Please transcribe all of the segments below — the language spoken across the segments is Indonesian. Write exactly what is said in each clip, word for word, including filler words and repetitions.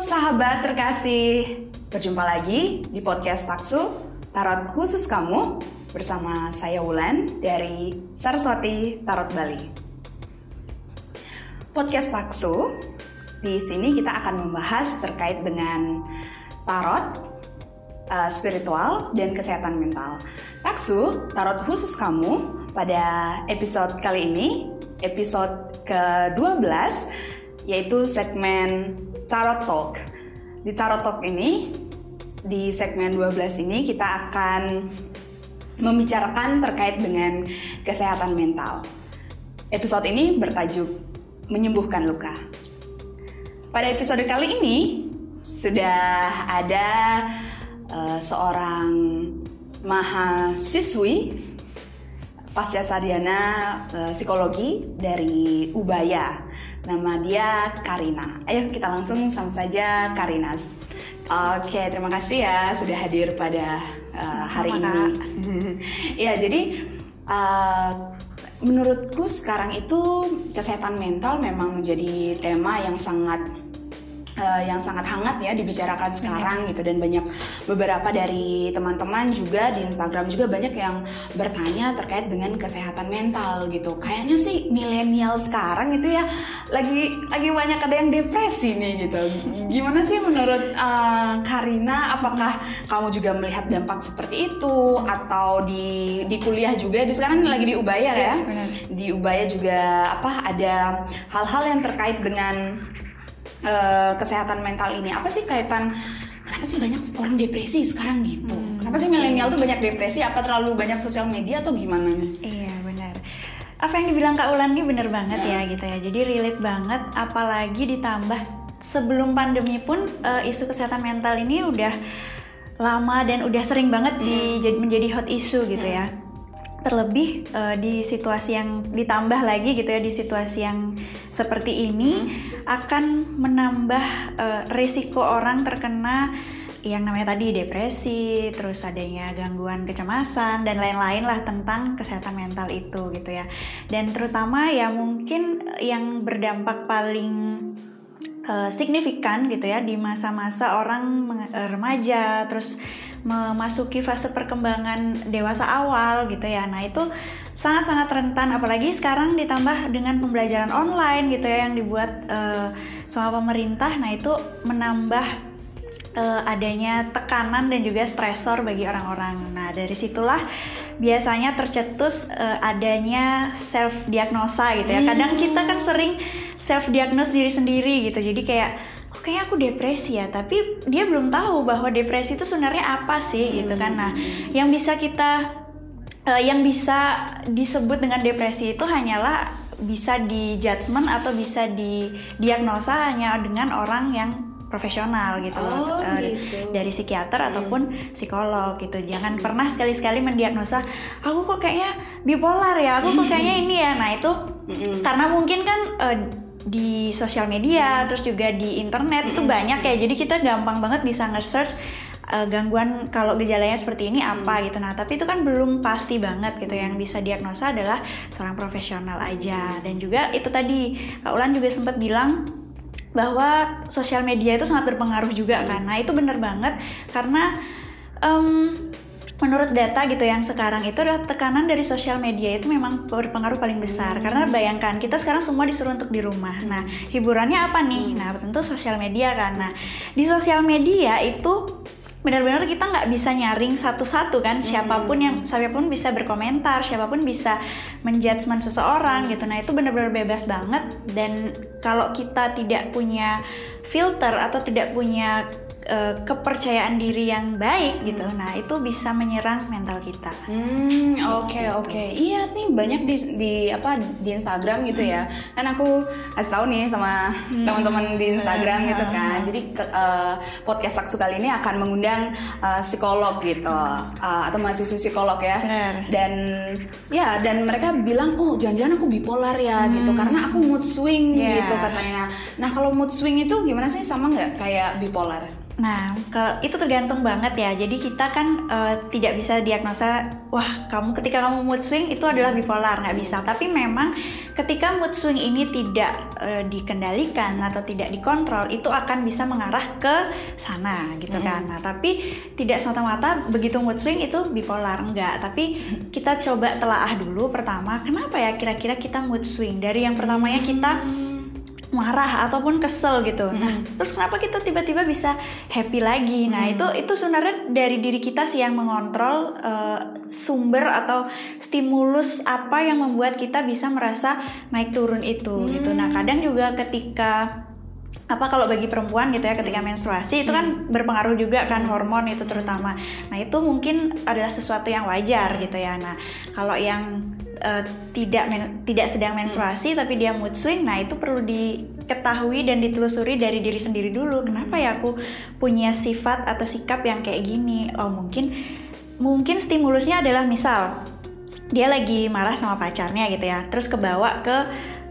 sahabat terkasih, berjumpa lagi di podcast Taksu, Tarot Khusus Kamu, bersama saya Wulan dari Saraswati Tarot Bali. Podcast Taksu, di sini kita akan membahas terkait dengan tarot, uh, spiritual, dan kesehatan mental. Taksu, Tarot Khusus Kamu, pada episode kali ini, episode ke dua belas, yaitu segmen Tarot Talk. Di Tarot Talk ini, di segmen dua belas ini kita akan membicarakan terkait dengan kesehatan mental. Episode ini bertajuk Menyembuhkan Luka. Pada episode kali ini sudah ada uh, seorang mahasiswi pasca sarjana uh, psikologi dari Ubaya. Nama dia Karina. Ayo kita langsung sama saja Karina. Oke, terima kasih ya sudah hadir pada uh, hari ini. Ya, jadi uh, menurutku sekarang itu kesehatan mental memang menjadi tema yang sangat Uh, yang sangat hangat ya dibicarakan sekarang gitu, dan banyak beberapa dari teman-teman juga di Instagram juga banyak yang bertanya terkait dengan kesehatan mental gitu. Kayaknya sih milenial sekarang itu ya lagi lagi banyak ada yang depresi nih gitu. Gimana sih menurut uh, Karina? Apakah kamu juga melihat dampak seperti itu atau di di kuliah juga? Di sekarang lagi di Ubaya ya? Benar. Di Ubaya juga apa ada hal-hal yang terkait dengan Uh, kesehatan mental ini. Apa sih kaitan, kenapa sih banyak orang depresi sekarang gitu? Hmm. Kenapa sih milenial tuh banyak depresi? Apa terlalu banyak sosial media atau gimana nih? Iya benar. Apa yang dibilang Kak Ulan ini benar banget ya. ya gitu ya. Jadi relate banget, apalagi ditambah sebelum pandemi pun uh, isu kesehatan mental ini udah lama dan udah sering banget hmm. di, menjadi hot issue gitu hmm. ya. Terlebih uh, di situasi yang ditambah lagi gitu ya, di situasi yang seperti ini hmm. akan menambah uh, risiko orang terkena yang namanya tadi depresi, terus adanya gangguan kecemasan dan lain-lain lah tentang kesehatan mental itu gitu ya. Dan terutama ya mungkin yang berdampak paling uh, signifikan gitu ya di masa-masa orang uh, remaja, terus memasuki fase perkembangan dewasa awal gitu ya. Nah itu sangat-sangat rentan, apalagi sekarang ditambah dengan pembelajaran online gitu ya yang dibuat uh, sama pemerintah. Nah itu menambah uh, adanya tekanan dan juga stresor bagi orang-orang. Nah dari situlah biasanya tercetus uh, adanya self diagnosa gitu ya. Kadang kita kan sering self diagnose diri sendiri gitu. Jadi kayak kayaknya aku depresi ya, tapi dia belum tahu bahwa depresi itu sebenarnya apa sih gitu kan. Nah, yang bisa kita uh, yang bisa disebut dengan depresi itu hanyalah bisa di judgement atau bisa didiagnosa hanya dengan orang yang profesional gitu, oh, uh, gitu. dari psikiater hmm. ataupun psikolog gitu. Jangan hmm. pernah sekali-sekali mendiagnosa aku kok kayaknya bipolar ya, aku kok kayaknya ini ya. Nah, itu hmm. karena mungkin kan uh, di sosial media, terus juga di internet itu banyak ya, jadi kita gampang banget bisa nge-search uh, gangguan kalau gejalanya seperti ini apa gitu. Nah tapi itu kan belum pasti banget gitu. Yang bisa diagnosa adalah seorang profesional aja. Dan juga itu tadi Kak Ulan juga sempat bilang bahwa sosial media itu sangat berpengaruh juga kan. Nah itu benar banget karena um, menurut data gitu yang sekarang itu adalah tekanan dari sosial media itu memang berpengaruh paling besar. hmm. Karena bayangkan kita sekarang semua disuruh untuk di rumah. Nah hiburannya apa nih? Nah tentu sosial media kan. Nah di sosial media itu benar-benar kita nggak bisa nyaring satu-satu kan. Siapapun yang siapapun bisa berkomentar, siapapun bisa menjudgement seseorang gitu. Nah itu benar-benar bebas banget. Dan kalau kita tidak punya filter atau tidak punya Uh, kepercayaan diri yang baik gitu, nah itu bisa menyerang mental kita. Hmm, oke okay, oke. Okay. Iya nih banyak di di apa di Instagram gitu hmm. ya. Kan aku kasih tahu nih sama hmm. teman-teman di Instagram hmm. gitu kan. Jadi ke, uh, podcast Taksu kali ini akan mengundang uh, psikolog gitu, uh, atau mahasiswa psikolog ya. Benar. Dan ya dan mereka bilang, oh jangan-jangan aku bipolar ya hmm. gitu, karena aku mood swing yeah. gitu katanya. Nah kalau mood swing itu gimana sih, sama nggak kayak bipolar? Nah, kalau itu tergantung banget ya. Jadi kita kan uh, tidak bisa diagnosa, wah kamu ketika kamu mood swing itu adalah bipolar, nggak bisa. Tapi memang ketika mood swing ini tidak uh, dikendalikan atau tidak dikontrol, itu akan bisa mengarah ke sana gitu kan. Nah, tapi tidak semata-mata begitu mood swing itu bipolar, enggak. Tapi kita coba telaah dulu pertama, kenapa ya kira-kira kita mood swing? Dari yang pertamanya kita marah ataupun kesel gitu. Mm-hmm. Nah, terus kenapa kita tiba-tiba bisa happy lagi? Nah, mm. itu itu sebenarnya dari diri kita sih yang mengontrol uh, sumber atau stimulus apa yang membuat kita bisa merasa naik turun itu mm. gitu. Nah, kadang juga ketika apa kalau bagi perempuan gitu ya ketika menstruasi itu kan berpengaruh juga kan hormon itu terutama. Nah, itu mungkin adalah sesuatu yang wajar gitu ya. Nah, kalau yang Uh, tidak men- tidak sedang menstruasi hmm. tapi dia mood swing, nah itu perlu diketahui dan ditelusuri dari diri sendiri dulu. Kenapa ya aku punya sifat atau sikap yang kayak gini? Oh mungkin mungkin stimulusnya adalah misal dia lagi marah sama pacarnya gitu ya, terus kebawa ke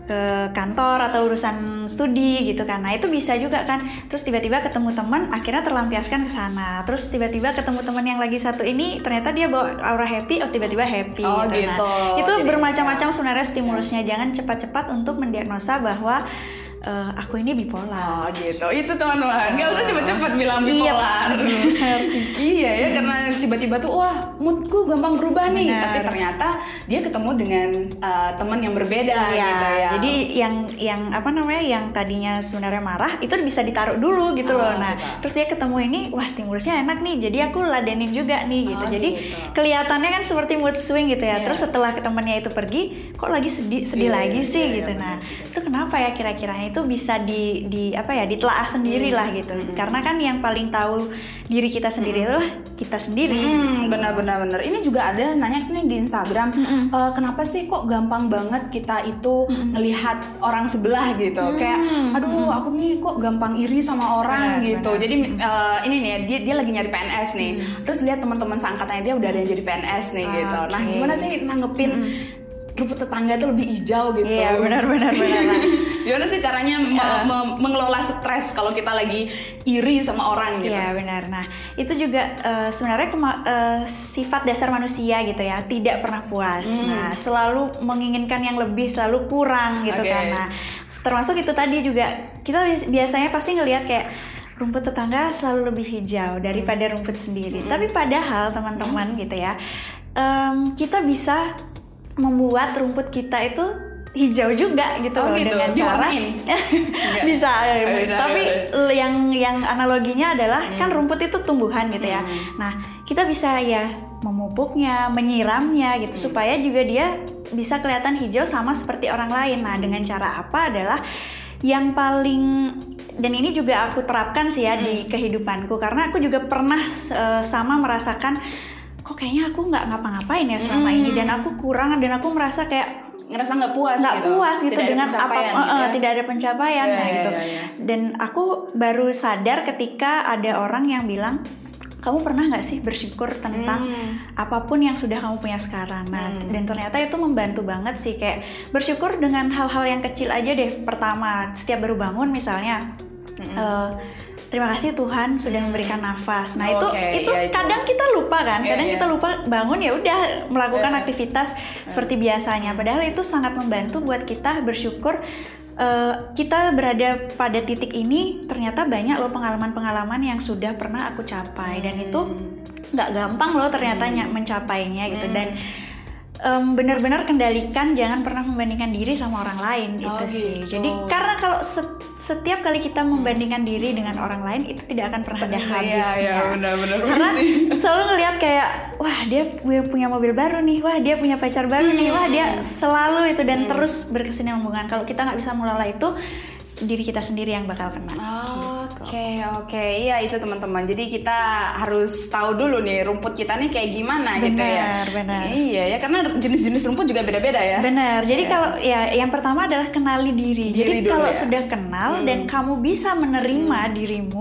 ke kantor atau urusan studi gitu kan. Nah itu bisa juga kan. Terus tiba-tiba ketemu teman, akhirnya terlampiaskan ke sana. Terus tiba-tiba ketemu teman yang lagi satu ini, ternyata dia bawa aura happy, oh tiba-tiba happy. Oh gitu. gitu. Nah, itu jadi bermacam-macam sebenarnya stimulusnya. Jangan cepat-cepat untuk mendiagnosa bahwa Uh, aku ini bipolar. Oh gitu. Itu teman-teman. Gak usah cepet-cepet bilang bipolar. Iya, iya ya, karena tiba-tiba tuh wah moodku gampang berubah nih. Benar. Tapi ternyata dia ketemu dengan uh, teman yang berbeda iya, gitu ya. Jadi yang yang apa namanya yang tadinya sebenarnya marah itu bisa ditaruh dulu gitu oh, loh. Nah, gitu. Terus dia ketemu ini, wah stimulusnya enak nih. Jadi aku ladenin juga nih gitu. Oh, jadi gitu. Kelihatannya kan seperti mood swing gitu ya. Yeah. Terus setelah temannya itu pergi, kok lagi sedih sedih yeah, lagi sih yeah, gitu. Yeah, nah, yeah. Itu kenapa ya kira-kira itu bisa di di apa ya ditelaah sendiri lah gitu. Mm-hmm. Karena kan yang paling tahu diri kita sendiri adalah mm-hmm. kita sendiri. Mm, benar-benar benar. Ini juga ada nanya nih di Instagram, mm-hmm. e, kenapa sih kok gampang banget kita itu mm-hmm. ngelihat orang sebelah gitu. Mm-hmm. Kayak aduh mm-hmm. aku nih kok gampang iri sama orang benar, gitu. Benar. Jadi uh, ini nih dia dia lagi nyari P N S nih. Mm-hmm. Terus lihat teman-teman seangkatannya dia udah ada yang jadi P N S nih ah, gitu. Nah, okay. Gimana sih nanggepin mm-hmm. rumput tetangga itu lebih hijau gitu. Iya benar-benar benar. Gimana sih caranya me- me- mengelola stres kalau kita lagi iri sama orang gitu? Iya benar. Nah itu juga uh, sebenarnya kema- uh, sifat dasar manusia gitu ya, tidak pernah puas. Hmm. Nah selalu menginginkan yang lebih, selalu kurang gitu okay. kan. Nah termasuk itu tadi juga kita biasanya pasti ngelihat kayak rumput tetangga selalu lebih hijau daripada rumput sendiri. Hmm. Tapi padahal teman-teman hmm. gitu ya, um, kita bisa membuat rumput kita itu hijau juga gitu oh, loh gitu. Dengan cara bisa oh, tapi bisa. yang yang analoginya adalah hmm. kan rumput itu tumbuhan gitu ya. Hmm. Nah kita bisa ya memupuknya, menyiramnya gitu hmm. supaya juga dia bisa kelihatan hijau sama seperti orang lain. Nah dengan cara apa adalah yang paling, dan ini juga aku terapkan sih ya hmm. di kehidupanku karena aku juga pernah uh, sama merasakan kok kayaknya aku nggak ngapa-ngapain ya selama hmm. ini dan aku kurang dan aku merasa kayak ngerasa nggak puas nggak gitu. puas gitu tidak dengan apa gitu uh, ya? Tidak ada pencapaian yeah, nah gitu yeah, yeah. Dan aku baru sadar ketika ada orang yang bilang kamu pernah nggak sih bersyukur tentang hmm. apapun yang sudah kamu punya sekarang. Nah hmm. dan ternyata itu membantu banget sih, kayak bersyukur dengan hal-hal yang kecil aja deh. Pertama setiap baru bangun misalnya hmm. uh, terima kasih Tuhan sudah memberikan nafas. Nah itu okay, itu ya, kadang itu. kita lupa kan, yeah, kadang yeah. kita lupa bangun ya udah melakukan yeah. aktivitas yeah. seperti biasanya. Padahal itu sangat membantu buat kita bersyukur uh, kita berada pada titik ini. Ternyata banyak loh pengalaman-pengalaman yang sudah pernah aku capai dan itu nggak gampang loh ternyata hmm. mencapainya gitu. Dan Um, benar-benar kendalikan, jangan pernah membandingkan diri sama orang lain oh, itu sih. Gitu. Jadi karena kalau set, setiap kali kita membandingkan diri dengan orang lain itu tidak akan pernah ada habisnya. Iya, iya, benar-benar karena selalu ngelihat kayak wah dia punya mobil baru nih, wah dia punya pacar baru hmm. nih, wah dia selalu itu dan hmm. terus berkesinambungan. Kalau kita nggak bisa mengelola itu, diri kita sendiri yang bakal kena. Oke oke iya itu teman-teman. Jadi kita harus tahu dulu nih rumput kita nih kayak gimana benar, gitu ya. Benar benar. Iya ya karena jenis-jenis rumput juga beda-beda ya. Benar. Jadi ya. kalau ya yang pertama adalah kenali diri. diri Jadi kalau ya? sudah kenal hmm. dan kamu bisa menerima hmm. dirimu,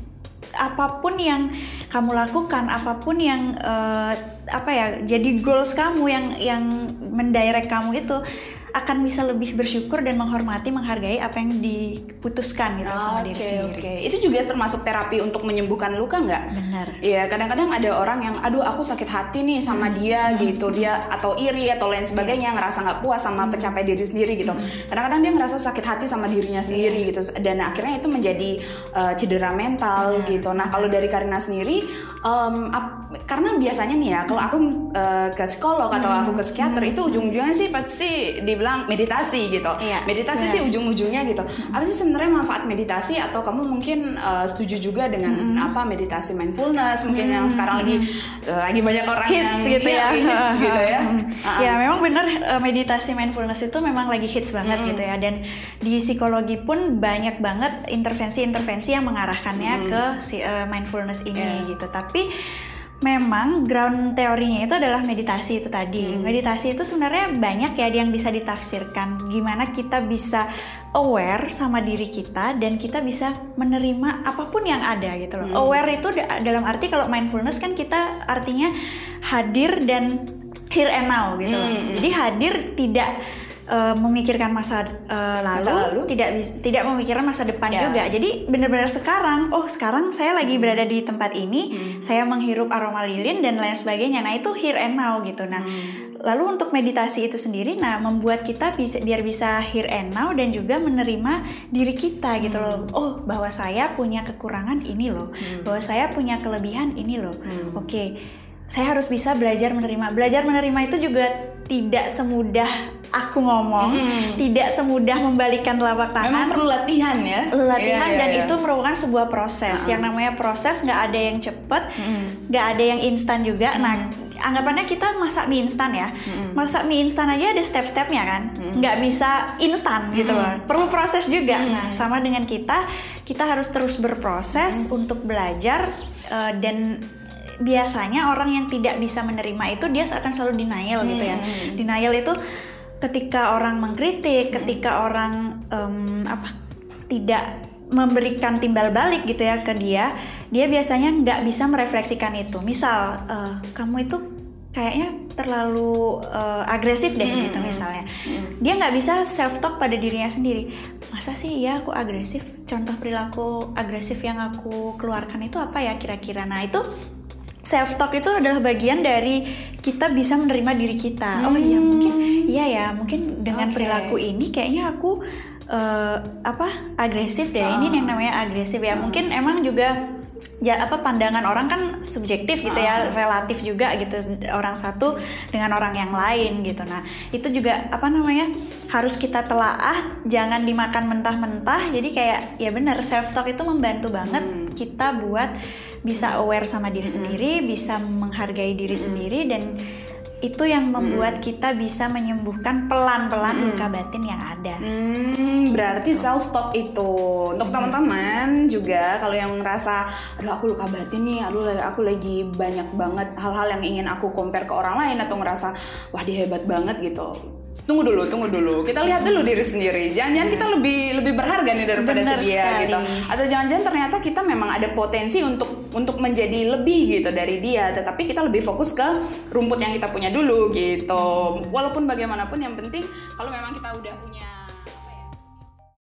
apapun yang kamu lakukan, apapun yang uh, apa ya jadi goals kamu yang yang mendirect kamu itu, akan bisa lebih bersyukur dan menghormati, menghargai apa yang diputuskan gitu oh, sama diri okay, sendiri. Okay. Itu juga termasuk terapi untuk menyembuhkan luka nggak? Benar. Iya, kadang-kadang ada orang yang, aduh aku sakit hati nih sama hmm. dia hmm. gitu, dia atau iri atau lain sebagainya, yeah. ngerasa nggak puas sama hmm. pencapaian diri sendiri gitu. Hmm. Kadang-kadang dia ngerasa sakit hati sama dirinya sendiri yeah. gitu, dan akhirnya itu menjadi uh, cedera mental yeah. gitu. Nah kalau dari Karina sendiri, um, ap, karena biasanya nih ya, kalau aku uh, ke psikolog atau hmm. aku ke psikiater hmm. itu ujung-ujungnya sih pasti dibilang meditasi gitu. Iya, meditasi bener. Sih ujung-ujungnya gitu. Apa sih sebenarnya manfaat meditasi, atau kamu mungkin uh, setuju juga dengan hmm. apa meditasi mindfulness mungkin hmm. yang sekarang lagi uh, lagi banyak orang hits yang gitu ya, hits gitu ya. Uh-huh. Ya memang benar, uh, meditasi mindfulness itu memang lagi hits banget hmm. gitu ya, dan di psikologi pun banyak banget intervensi-intervensi yang mengarahkannya hmm. ke si uh, mindfulness ini yeah. gitu. Tapi memang ground teorinya itu adalah meditasi itu tadi. Hmm. Meditasi itu sebenarnya banyak ya yang bisa ditafsirkan. Gimana kita bisa aware sama diri kita dan kita bisa menerima apapun yang ada gitu loh. Hmm. Aware itu dalam arti kalau mindfulness kan kita artinya hadir dan here and now gitu loh. Hmm. Jadi hadir tidak Uh, memikirkan masa, uh, lalu, masa lalu tidak tidak memikirkan masa depan yeah. juga. Jadi benar-benar sekarang, oh sekarang saya lagi hmm. berada di tempat ini, hmm. saya menghirup aroma lilin dan lain sebagainya. Nah itu here and now gitu. Nah hmm. lalu untuk meditasi itu sendiri, nah membuat kita bisa biar bisa here and now dan juga menerima diri kita gitu hmm. loh. Oh bahwa saya punya kekurangan ini loh, hmm. bahwa saya punya kelebihan ini loh. Hmm. Oke. Okay. Saya harus bisa belajar menerima. Belajar menerima itu juga tidak semudah aku ngomong, hmm. tidak semudah membalikkan telapak tangan. Memang perlu latihan ya. Latihan yeah, dan yeah, yeah. itu merupakan sebuah proses. Uh-huh. Yang namanya proses nggak ada yang cepat, nggak hmm. ada yang instan juga. Hmm. Nah, anggapannya kita masak mie instan ya. Hmm. Masak mie instan aja ada step-stepnya kan. Hmm. Nggak bisa instan gitu hmm. loh. Perlu proses juga. Hmm. Nah, sama dengan kita, kita harus terus berproses hmm. untuk belajar uh, dan biasanya orang yang tidak bisa menerima itu dia akan selalu denial hmm. gitu ya. Denial itu ketika orang mengkritik, hmm. ketika orang um, apa tidak memberikan timbal balik gitu ya ke dia, dia biasanya nggak bisa merefleksikan itu. Misal uh, kamu itu kayaknya terlalu uh, agresif deh hmm. gitu misalnya. Hmm. Dia nggak bisa self talk pada dirinya sendiri. Masa sih ya aku agresif? Contoh perilaku agresif yang aku keluarkan itu apa ya kira-kira? Nah itu self talk itu adalah bagian dari kita bisa menerima diri kita. Hmm. Oh iya mungkin iya ya mungkin dengan okay. perilaku ini kayaknya aku uh, apa agresif deh. Oh. Ini yang namanya agresif ya. Hmm. Mungkin emang juga ya apa pandangan orang kan subjektif gitu ya, oh. relatif juga gitu orang satu dengan orang yang lain gitu. Nah itu juga apa namanya harus kita telaah, jangan dimakan mentah-mentah. Jadi kayak ya benar self talk itu membantu banget hmm. kita buat bisa aware sama diri sendiri, bisa menghargai diri sendiri, dan itu yang membuat kita bisa menyembuhkan pelan-pelan luka batin yang ada. Hmm, berarti self talk itu untuk teman-teman juga kalau yang ngerasa aduh aku luka batin nih, aduh aku lagi banyak banget hal-hal yang ingin aku compare ke orang lain atau ngerasa wah dia hebat banget gitu. Tunggu dulu, tunggu dulu. Kita lihat dulu diri sendiri. Jangan-jangan kita lebih lebih berharga nih daripada si dia gitu. Atau jangan-jangan ternyata kita memang ada potensi untuk untuk menjadi lebih gitu dari dia, tetapi kita lebih fokus ke rumput yang kita punya dulu gitu. Walaupun bagaimanapun yang penting kalau memang kita udah punya